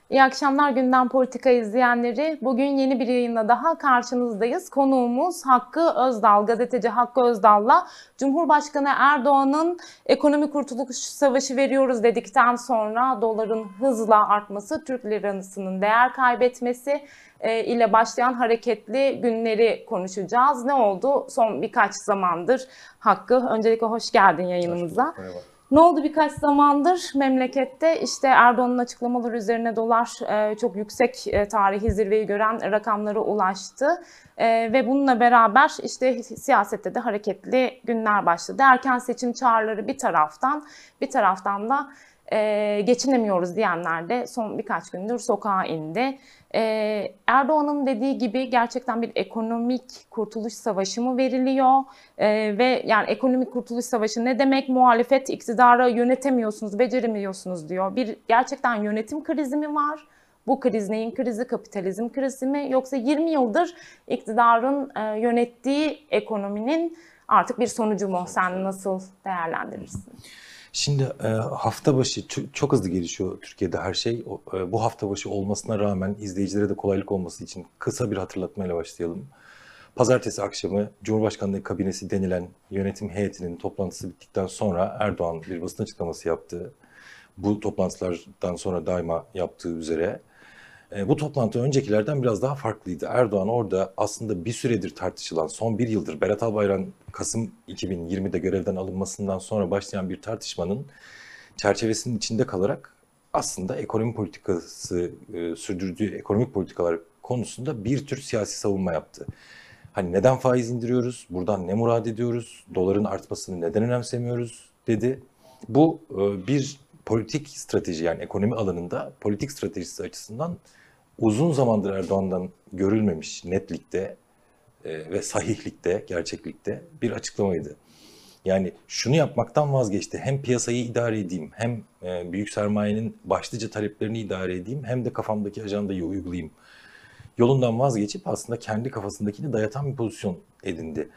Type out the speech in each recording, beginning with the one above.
İyi akşamlar Gündem Politika izleyenleri. Bugün yeni bir yayınla daha karşınızdayız. Konuğumuz Hakkı Özdal, gazeteci Hakkı Özdal'la Cumhurbaşkanı Erdoğan'ın ekonomi kurtuluş savaşı veriyoruz dedikten sonra doların hızla artması, Türk lirasının değer kaybetmesi ile başlayan hareketli günleri konuşacağız. Ne oldu son birkaç zamandır? Hakkı, öncelikle hoş geldin yayınımıza. Merhaba. Ne oldu birkaç zamandır memlekette? İşte Erdoğan'ın açıklamaları üzerine dolar çok yüksek tarihi zirveyi gören rakamlara ulaştı. Ve bununla beraber işte siyasette de hareketli günler başladı. Erken seçim çağrıları bir taraftan da geçinemiyoruz diyenler de son birkaç gündür sokağa indi. Erdoğan'ın dediği gibi gerçekten bir ekonomik kurtuluş savaşı mı veriliyor? Ve yani ekonomik kurtuluş savaşı ne demek? Muhalefet iktidarı yönetemiyorsunuz, beceremiyorsunuz diyor. Bir gerçekten yönetim krizi mi var? Bu kriz neyin krizi? Kapitalizm krizi mi? Yoksa 20 yıldır iktidarın yönettiği ekonominin artık bir sonucu mu? Sen nasıl değerlendirirsin? Şimdi hafta başı çok hızlı gelişiyor Türkiye'de her şey. Bu hafta başı olmasına rağmen izleyicilere de kolaylık olması için kısa bir hatırlatmayla başlayalım. Pazartesi akşamı Cumhurbaşkanlığı kabinesi denilen yönetim heyetinin toplantısı bittikten sonra Erdoğan bir basın açıklaması yaptı. Bu toplantılardan sonra daima yaptığı üzere. Bu toplantı öncekilerden biraz daha farklıydı. Erdoğan orada aslında bir süredir tartışılan, son bir yıldır Berat Albayrak'ın Kasım 2020'de görevden alınmasından sonra başlayan bir tartışmanın çerçevesinin içinde kalarak aslında ekonomi politikası, sürdürdüğü ekonomik politikalar konusunda bir tür siyasi savunma yaptı. Hani neden faiz indiriyoruz, buradan ne murad ediyoruz, doların artmasını neden önemsemiyoruz dedi. Bu bir politik strateji, yani ekonomi alanında politik stratejisi açısından uzun zamandır Erdoğan'dan görülmemiş netlikte ve sahihlikte, gerçeklikte bir açıklamaydı. Yani şunu yapmaktan vazgeçti. Hem piyasayı idare edeyim, hem büyük sermayenin başlıca taleplerini idare edeyim, hem de kafamdaki ajandayı uygulayayım yolundan vazgeçip aslında kendi kafasındakini dayatan bir pozisyon edindi.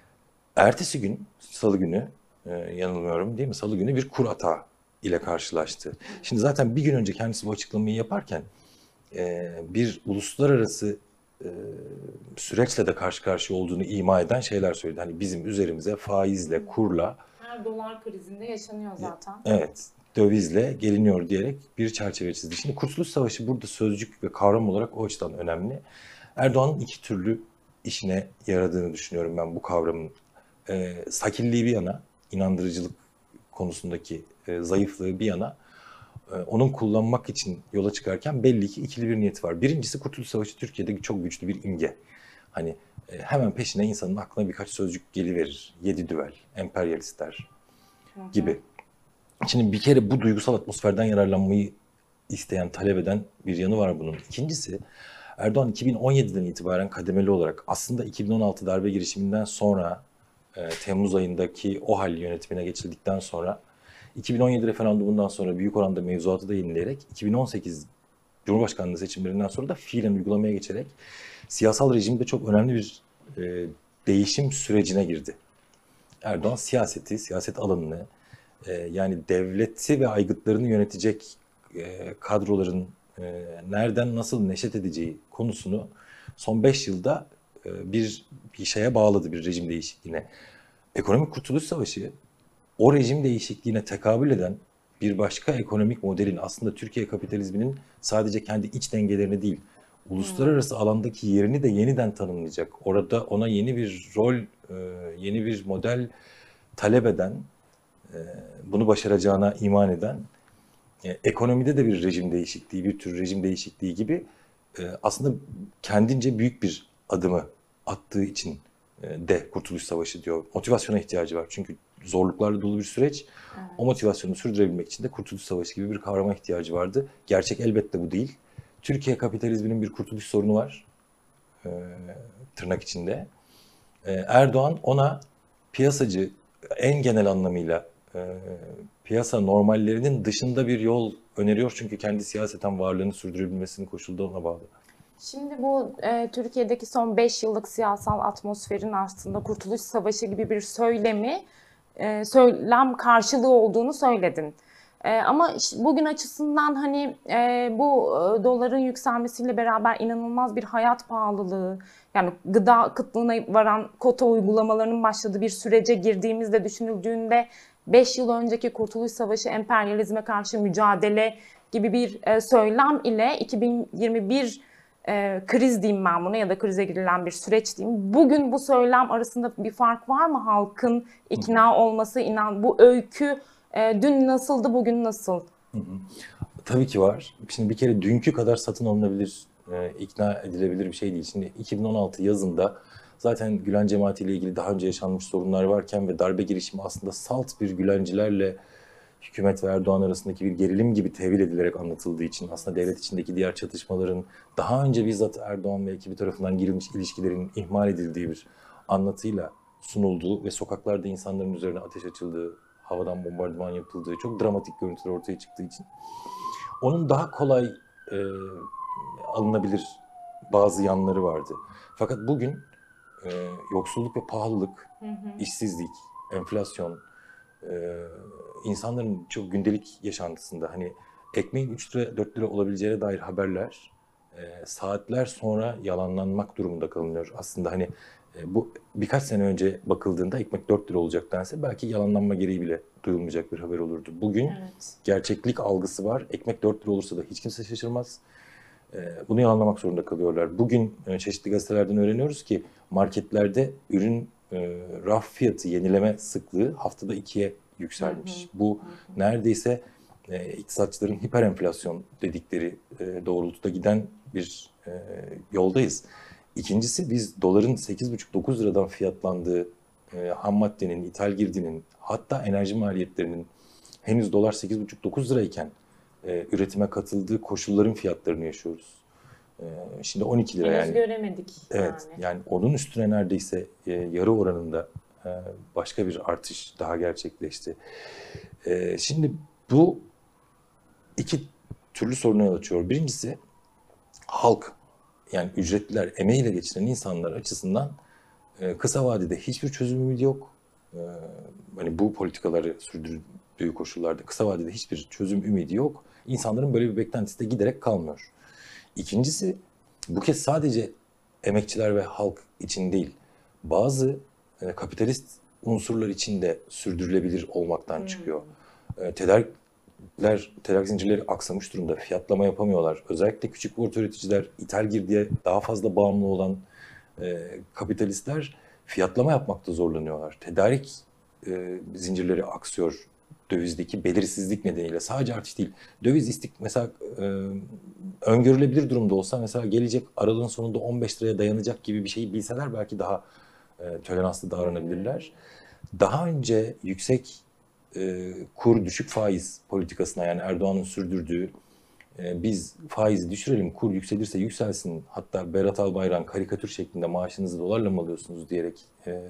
Ertesi gün, Salı günü, yanılmıyorum değil mi? Salı günü bir kur atağı ile karşılaştı. Şimdi zaten bir gün önce kendisi bu açıklamayı yaparken bir uluslararası süreçle de karşı karşıya olduğunu ima eden şeyler söyledi. Hani bizim üzerimize faizle, kurla, Her dolar krizinde yaşanıyor zaten. evet, dövizle geliniyor diyerek bir çerçeve çizdi. Şimdi Kurtuluş Savaşı burada sözcük ve kavram olarak o açıdan önemli. Erdoğan'ın iki türlü işine yaradığını düşünüyorum ben bu kavramın. Sakilliği bir yana, inandırıcılık konusundaki zayıflığı bir yana, onun kullanmak için yola çıkarken belli ki ikili bir niyeti var. Birincisi, Kurtuluş Savaşı Türkiye'de çok güçlü bir imge. Hani hemen peşine insanın aklına birkaç sözcük geliverir. Yedi düvel, emperyalistler gibi. Şimdi bir kere bu duygusal atmosferden yararlanmayı isteyen, talep eden bir yanı var bunun. İkincisi, Erdoğan 2017'den itibaren kademeli olarak aslında 2016 darbe girişiminden sonra Temmuz ayındaki OHAL yönetimine geçildikten sonra 2017 referandumundan sonra büyük oranda mevzuatı da yenileyerek 2018 Cumhurbaşkanlığı seçimlerinden sonra da fiilen uygulamaya geçerek siyasal rejimde çok önemli bir değişim sürecine girdi. Erdoğan siyaseti, siyaset alanını, yani devleti ve aygıtlarını yönetecek kadroların nereden nasıl neşet edeceği konusunu son 5 yılda bir şeye bağladı, bir rejim değişikliğine. Ekonomik Kurtuluş Savaşı o rejim değişikliğine tekabül eden bir başka ekonomik modelin, aslında Türkiye kapitalizminin sadece kendi iç dengelerini değil, uluslararası alandaki yerini de yeniden tanımlayacak. Orada ona yeni bir rol, yeni bir model talep eden, bunu başaracağına iman eden, ekonomide de bir rejim değişikliği, bir tür rejim değişikliği gibi aslında kendince büyük bir adımı attığı için de Kurtuluş Savaşı diyor. Motivasyona ihtiyacı var. Çünkü zorluklarla dolu bir süreç. Evet. O motivasyonu sürdürebilmek için de Kurtuluş Savaşı gibi bir kavrama ihtiyacı vardı. Gerçek elbette bu değil. Türkiye kapitalizminin bir kurtuluş sorunu var. Tırnak içinde. Erdoğan ona piyasacı, en genel anlamıyla piyasa normallerinin dışında bir yol öneriyor. Çünkü kendi siyaseten varlığını sürdürebilmesinin koşulu da ona bağlı. Şimdi bu Türkiye'deki son 5 yıllık siyasal atmosferin aslında Kurtuluş Savaşı gibi bir söylem karşılığı olduğunu söyledin. Ama bugün açısından hani bu doların yükselmesiyle beraber inanılmaz bir hayat pahalılığı, yani gıda kıtlığına varan kota uygulamalarının başladığı bir sürece girdiğimizde düşünüldüğünde 5 yıl önceki Kurtuluş Savaşı, emperyalizme karşı mücadele gibi bir söylem ile 2021 kriz diyeyim ben buna, ya da krize girilen bir süreç diyeyim. Bugün bu söylem arasında bir fark var mı? Halkın ikna olması, bu öykü dün nasıldı, bugün nasıl? Tabii ki var. Şimdi bir kere dünkü kadar satın alınabilir, ikna edilebilir bir şey değil. Şimdi 2016 yazında zaten Gülen cemaati ile ilgili daha önce yaşanmış sorunlar varken ve darbe girişimi aslında salt bir Gülencilerle hükümet ve Erdoğan arasındaki bir gerilim gibi tevil edilerek anlatıldığı için aslında devlet içindeki diğer çatışmaların daha önce bizzat Erdoğan ve ekibi tarafından girilmiş ilişkilerin ihmal edildiği bir anlatıyla sunulduğu ve sokaklarda insanların üzerine ateş açıldığı, havadan bombardıman yapıldığı, çok dramatik görüntüler ortaya çıktığı için onun daha kolay e, alınabilir bazı yanları vardı. Fakat bugün yoksulluk ve pahalılık, işsizlik, enflasyon, insanların çok gündelik yaşantısında hani ekmeğin 3 lira 4 lira olabileceğine dair haberler saatler sonra yalanlanmak durumunda kalınıyor. Aslında hani bu birkaç sene önce bakıldığında ekmek 4 lira olacak dense belki yalanlanma gereği bile duyulmayacak bir haber olurdu. Bugün gerçeklik algısı var. Ekmek 4 lira olursa da hiç kimse şaşırmaz. Bunu yalanlamak zorunda kalıyorlar. Bugün çeşitli gazetelerden öğreniyoruz ki marketlerde ürün raf fiyatı yenileme sıklığı haftada 2'ye yükselmiş. Bu neredeyse iktisatçıların hiperenflasyon dedikleri doğrultuda giden bir yoldayız. İkincisi, biz doların 8,5-9 liradan fiyatlandığı ham maddenin, ithal girdinin, hatta enerji maliyetlerinin henüz dolar 8,5-9 lirayken üretime katıldığı koşulların fiyatlarını yaşıyoruz. Şimdi 12 lira henüz yani. göremedik. Evet, yani onun üstüne neredeyse yarı oranında başka bir artış daha gerçekleşti. Şimdi bu iki türlü soruna yol açıyor. Birincisi, halk, yani ücretliler, emeğiyle geçiren insanlar açısından kısa vadede hiçbir çözüm ümidi yok. Hani bu politikaları sürdürdüğü koşullarda kısa vadede hiçbir çözüm ümidi yok. İnsanların böyle bir beklentisi de giderek kalmıyor. İkincisi, bu kez sadece emekçiler ve halk için değil, bazı kapitalist unsurlar için de sürdürülebilir olmaktan çıkıyor. Tedarik zincirleri aksamış durumda, fiyatlama yapamıyorlar. Özellikle küçük ve orta üreticiler, ithal girdiye daha fazla bağımlı olan kapitalistler fiyatlama yapmakta zorlanıyorlar. Tedarik zincirleri aksıyor dövizdeki belirsizlik nedeniyle. Sadece artış değil. Döviz mesela öngörülebilir durumda olsa, mesela gelecek aralığın sonunda 15 liraya dayanacak gibi bir şeyi bilseler belki daha toleranslı davranabilirler. Daha önce yüksek kur düşük faiz politikasına, yani Erdoğan'ın sürdürdüğü biz faizi düşürelim, kur yükselirse yükselsin, hatta Berat Albayrak karikatür şeklinde maaşınızı dolarla mı alıyorsunuz diyerek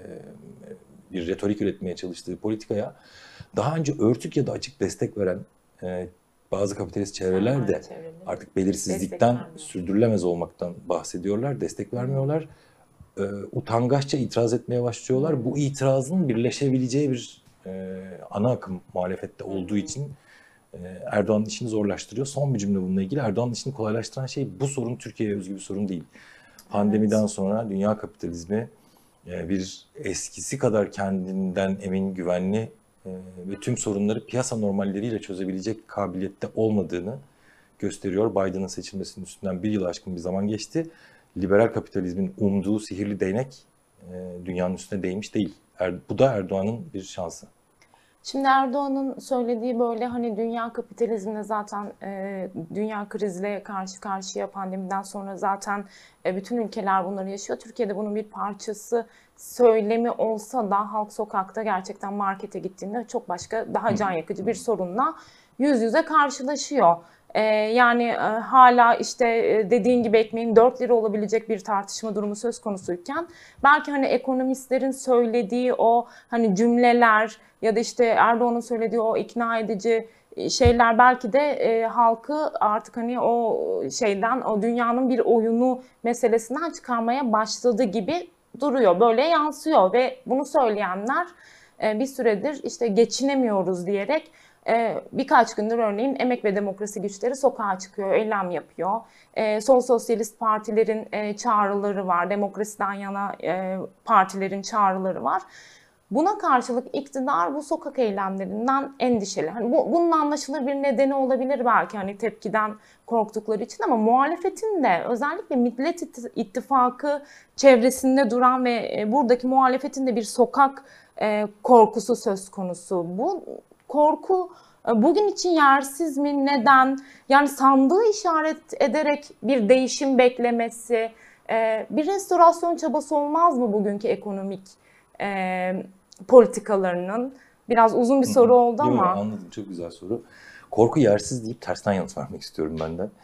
bir retorik üretmeye çalıştığı politikaya daha önce örtük ya da açık destek veren bazı kapitalist çevreler de artık belirsizlikten, sürdürülemez olmaktan bahsediyorlar, destek vermiyorlar. Utangaçça itiraz etmeye başlıyorlar. Bu itirazın birleşebileceği bir ana akım muhalefette olduğu için Erdoğan'ın işini zorlaştırıyor. Son bir cümle bununla ilgili. Erdoğan'ın işini kolaylaştıran şey, bu sorun Türkiye'ye özgü bir sorun değil. Pandemiden sonra dünya kapitalizmi bir eskisi kadar kendinden emin, güvenli ve tüm sorunları piyasa normalleriyle çözebilecek kabiliyette olmadığını gösteriyor. Biden'ın seçilmesinin üstünden bir yıl aşkın bir zaman geçti. Liberal kapitalizmin umduğu sihirli değnek dünyanın üstüne değmiş değil. Bu da Erdoğan'ın bir şansı. Şimdi Erdoğan'ın söylediği böyle hani dünya kapitalizmine zaten dünya krizle karşı karşıya, pandemiden sonra zaten bütün ülkeler bunları yaşıyor. Türkiye'de bunun bir parçası söylemi olsa da halk sokakta gerçekten markete gittiğinde çok başka, daha can yakıcı bir sorunla yüz yüze karşılaşıyor. Yani hala işte dediğin gibi ekmeğin 4 lira olabilecek bir tartışma durumu söz konusuyken belki hani ekonomistlerin söylediği o hani cümleler ya da işte Erdoğan'ın söylediği o ikna edici şeyler belki de halkı artık hani o şeyden, o dünyanın bir oyunu meselesinden çıkarmaya başladı gibi duruyor. Böyle yansıyor ve bunu söyleyenler bir süredir işte geçinemiyoruz diyerek birkaç gündür örneğin Emek ve Demokrasi güçleri sokağa çıkıyor, eylem yapıyor. Sol sosyalist partilerin çağrıları var, demokrasiden yana partilerin çağrıları var. Buna karşılık iktidar bu sokak eylemlerinden endişeli. Hani bunun anlaşılır bir nedeni olabilir belki, hani tepkiden korktukları için, ama muhalefetin de özellikle Millet İttifakı çevresinde duran ve buradaki muhalefetin de bir sokak korkusu söz konusu. Bu korku bugün için yersiz mi? Neden? Yani sandığı işaret ederek bir değişim beklemesi, bir restorasyon çabası olmaz mı bugünkü ekonomik politikalarının? Biraz uzun bir soru oldu ama. Yok, anladım, çok güzel soru. Korku yersiz deyip tersten yanıt vermek istiyorum ben de.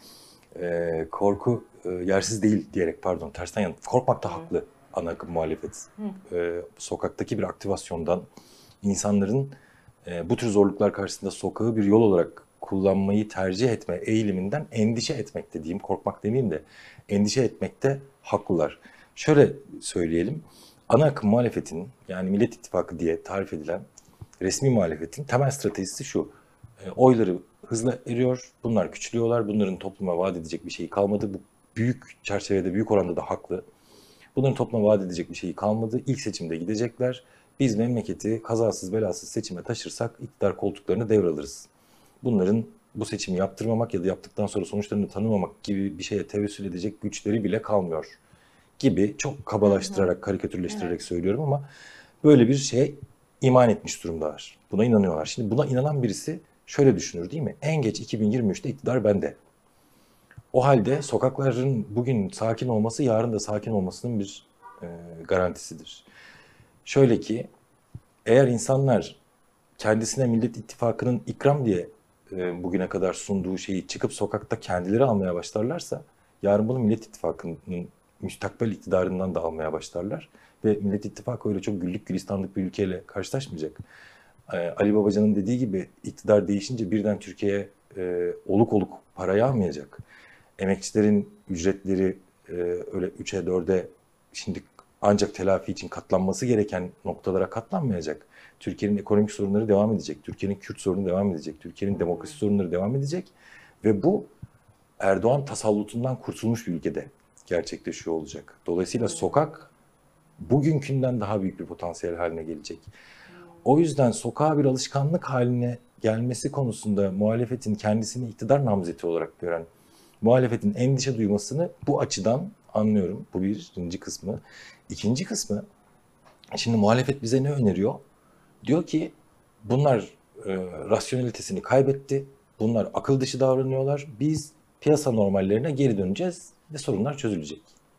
Korku yersiz değil diyerek, pardon, tersten yanıt. Korkmakta haklı ana akım muhalefet. Sokaktaki bir aktivasyondan, insanların bu tür zorluklar karşısında sokağı bir yol olarak kullanmayı tercih etme eğiliminden endişe etmek dediğim, korkmak demeyeyim de endişe etmekte haklılar. Şöyle söyleyelim, ana akım muhalefetin, yani Millet İttifakı diye tarif edilen resmi muhalefetin temel stratejisi şu: oyları hızla eriyor, bunlar küçülüyorlar, bunların topluma vaat edecek bir şeyi kalmadı. Bu büyük çerçevede, büyük oranda da haklı. Bunların topluma vaat edecek bir şeyi kalmadı. İlk seçimde gidecekler. Biz memleketi kazasız belasız seçime taşırsak iktidar koltuklarını devralırız. Bunların bu seçimi yaptırmamak ya da yaptıktan sonra sonuçlarını tanımamak gibi bir şeye tevessül edecek güçleri bile kalmıyor gibi, çok kabalaştırarak, karikatürleştirerek söylüyorum ama böyle bir şeye iman etmiş durumdalar. Buna inanıyorlar. Şimdi buna inanan birisi şöyle düşünür değil mi? En geç 2023'te iktidar bende. O halde sokakların bugün sakin olması yarın da sakin olmasının bir garantisidir. Şöyle ki, eğer insanlar kendisine Millet İttifakı'nın ikram diye bugüne kadar sunduğu şeyi çıkıp sokakta kendileri almaya başlarlarsa, yarın bunu Millet İttifakı'nın müstakbel iktidarından da almaya başlarlar. Ve Millet İttifakı öyle çok güllük gülistanlık bir ülkeyle karşılaşmayacak. Ali Babacan'ın dediği gibi, iktidar değişince birden Türkiye'ye oluk oluk para yağmayacak. Emekçilerin ücretleri öyle 3'e 4'e şimdi ancak telafi için katlanması gereken noktalara katlanmayacak. Türkiye'nin ekonomik sorunları devam edecek. Türkiye'nin Kürt sorunu devam edecek. Türkiye'nin demokrasi sorunları devam edecek. Ve bu Erdoğan tasallutundan kurtulmuş bir ülkede gerçekleşiyor olacak. Dolayısıyla sokak bugünkünden daha büyük bir potansiyel haline gelecek. O yüzden sokağa bir alışkanlık haline gelmesi konusunda muhalefetin kendisini iktidar namzeti olarak gören muhalefetin endişe duymasını bu açıdan anlıyorum. Bu birinci kısmı. İkinci kısmı, şimdi muhalefet bize ne öneriyor? Diyor ki bunlar rasyonelitesini kaybetti. Bunlar akıl dışı davranıyorlar. Biz piyasa normallerine geri döneceğiz ve sorunlar çözülecek.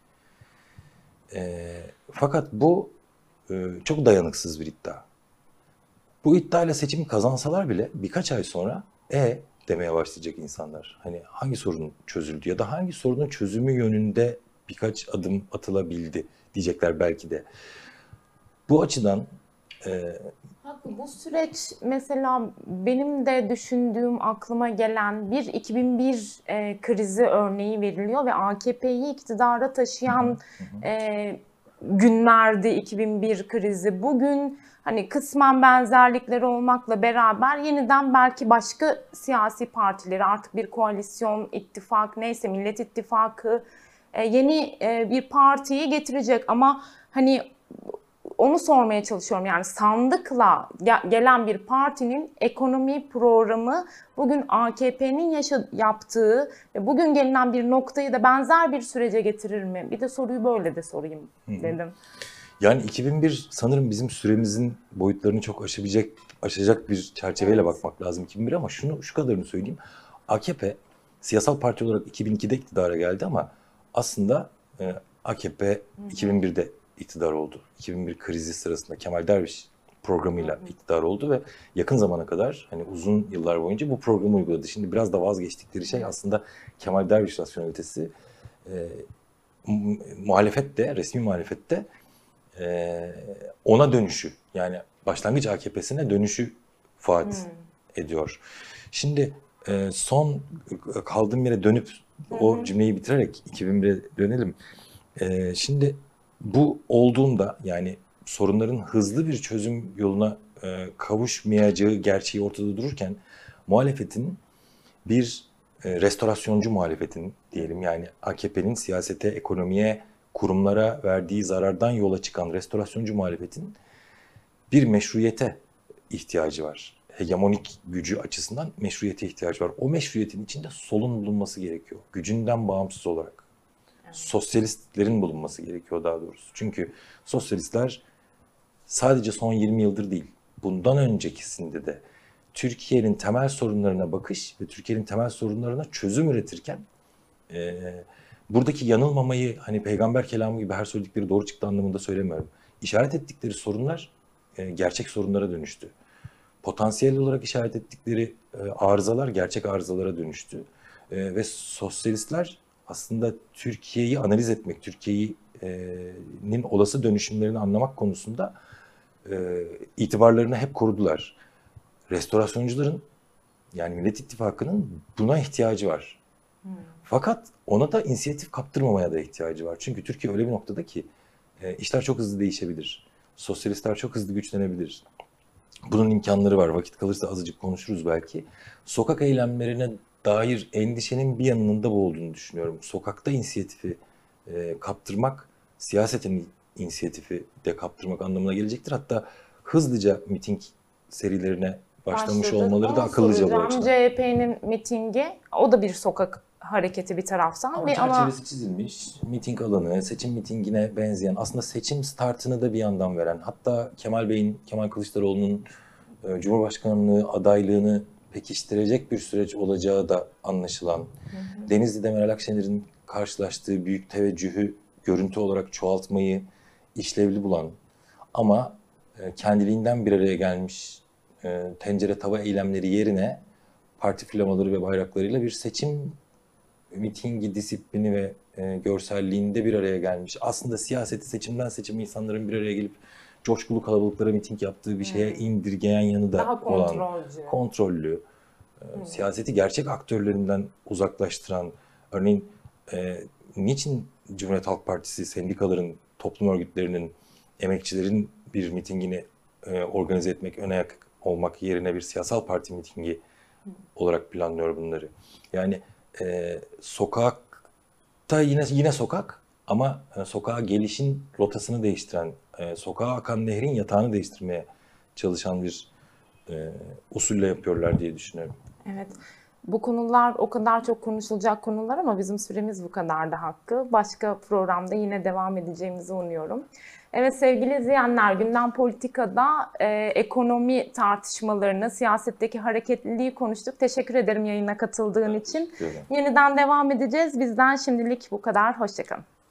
Fakat bu çok dayanıksız bir iddia. Bu iddiayla seçimi kazansalar bile birkaç ay sonra demeye başlayacak insanlar. Hani hangi sorun çözüldü ya da hangi sorunun çözümü yönünde birkaç adım atılabildi diyecekler belki de. Bu açıdan bu süreç mesela benim de düşündüğüm, aklıma gelen bir 2001 krizi örneği veriliyor ve AKP'yi iktidara taşıyan günlerdi 2001 krizi. Bugün hani kısmen benzerlikleri olmakla beraber yeniden belki başka siyasi partileri, artık bir koalisyon, ittifak, neyse Millet İttifakı yeni bir partiyi getirecek ama hani onu sormaya çalışıyorum. Yani sandıkla gelen bir partinin ekonomi programı bugün AKP'nin yaptığı ve bugün gelinen bir noktayı da benzer bir sürece getirir mi? Bir de soruyu böyle de sorayım dedim. Yani 2001 sanırım bizim süremizin boyutlarını çok aşacak bir çerçeveyle bakmak lazım 2001, ama şu kadarını söyleyeyim. AKP siyasal parti olarak 2002'de iktidara geldi ama aslında AKP 2001'de iktidar oldu. 2001 krizi sırasında Kemal Derviş programıyla iktidar oldu ve yakın zamana kadar, hani uzun yıllar boyunca bu programı uyguladı. Şimdi biraz da vazgeçtikleri şey aslında Kemal Derviş rasyonelitesi. Muhalefette, resmi muhalefette ona dönüşü, yani başlangıç AKP'sine dönüşü vaat ediyor. Şimdi son kaldığım yere dönüp o cümleyi bitirerek 2001'e dönelim. Şimdi bu olduğunda, yani sorunların hızlı bir çözüm yoluna kavuşmayacağı gerçeği ortada dururken muhalefetin bir restorasyoncu muhalefetin diyelim, yani AKP'nin siyasete, ekonomiye, kurumlara verdiği zarardan yola çıkan restorasyoncu muhalefetin bir meşruiyete ihtiyacı var. Hegemonik gücü açısından meşruiyete ihtiyacı var. O meşruiyetin içinde solun bulunması gerekiyor. Gücünden bağımsız olarak. Sosyalistlerin bulunması gerekiyor daha doğrusu. Çünkü sosyalistler sadece son 20 yıldır değil, bundan öncekisinde de Türkiye'nin temel sorunlarına bakış ve Türkiye'nin temel sorunlarına çözüm üretirken buradaki yanılmamayı hani peygamber kelamı gibi her söyledikleri doğru çıktı anlamında söylemiyorum. İşaret ettikleri sorunlar gerçek sorunlara dönüştü. Potansiyel olarak işaret ettikleri arızalar gerçek arızalara dönüştü. Ve sosyalistler aslında Türkiye'yi analiz etmek, Türkiye'nin olası dönüşümlerini anlamak konusunda itibarlarını hep korudular. Restorasyoncuların, yani Millet İttifakı'nın buna ihtiyacı var. Fakat ona da inisiyatif kaptırmamaya da ihtiyacı var. Çünkü Türkiye öyle bir noktada ki işler çok hızlı değişebilir. Sosyalistler çok hızlı güçlenebilir. Bunun imkanları var. Vakit kalırsa azıcık konuşuruz belki. Sokak eylemlerine dair endişenin bir yanının da bu olduğunu düşünüyorum. Sokakta inisiyatifi kaptırmak, siyasetin inisiyatifi de kaptırmak anlamına gelecektir. Hatta hızlıca miting serilerine başlamış olmaları da akıllıca bu açıdan. CHP'nin mitingi, o da bir sokak hareketi bir taraftan. Ama çerçevesi çizilmiş, miting alanı, seçim mitingine benzeyen, aslında seçim startını da bir yandan veren, hatta Kemal Kılıçdaroğlu'nun Cumhurbaşkanlığı adaylığını pekiştirecek bir süreç olacağı da anlaşılan, Denizli'de Meral Akşener'in karşılaştığı büyük teveccühü görüntü olarak çoğaltmayı işlevli bulan ama kendiliğinden bir araya gelmiş tencere tava eylemleri yerine parti flamaları ve bayraklarıyla bir seçim mitingi disiplini ve görselliğinde bir araya gelmiş. Aslında siyaseti seçimden seçime insanların bir araya gelip coşkulu kalabalıklara miting yaptığı bir şeye indirgeyen yanı da daha olan, kontrollü, siyaseti gerçek aktörlerinden uzaklaştıran, örneğin niçin Cumhuriyet Halk Partisi sendikaların, toplum örgütlerinin, emekçilerin bir mitingini organize etmek, öne yak olmak yerine bir siyasal parti mitingi olarak planlıyor bunları. Yani sokakta yine sokak ama sokağa gelişin rotasını değiştiren, sokağa akan nehrin yatağını değiştirmeye çalışan bir usulle yapıyorlar diye düşünüyorum. Evet. Bu konular o kadar çok konuşulacak konular ama bizim süremiz bu kadardı Hakkı. Başka programda yine devam edeceğimizi umuyorum. Evet sevgili izleyenler, Gündem Politika'da ekonomi tartışmalarını, siyasetteki hareketliliği konuştuk. Teşekkür ederim yayına katıldığın için. Yeniden devam edeceğiz. Bizden şimdilik bu kadar. Hoşça kalın.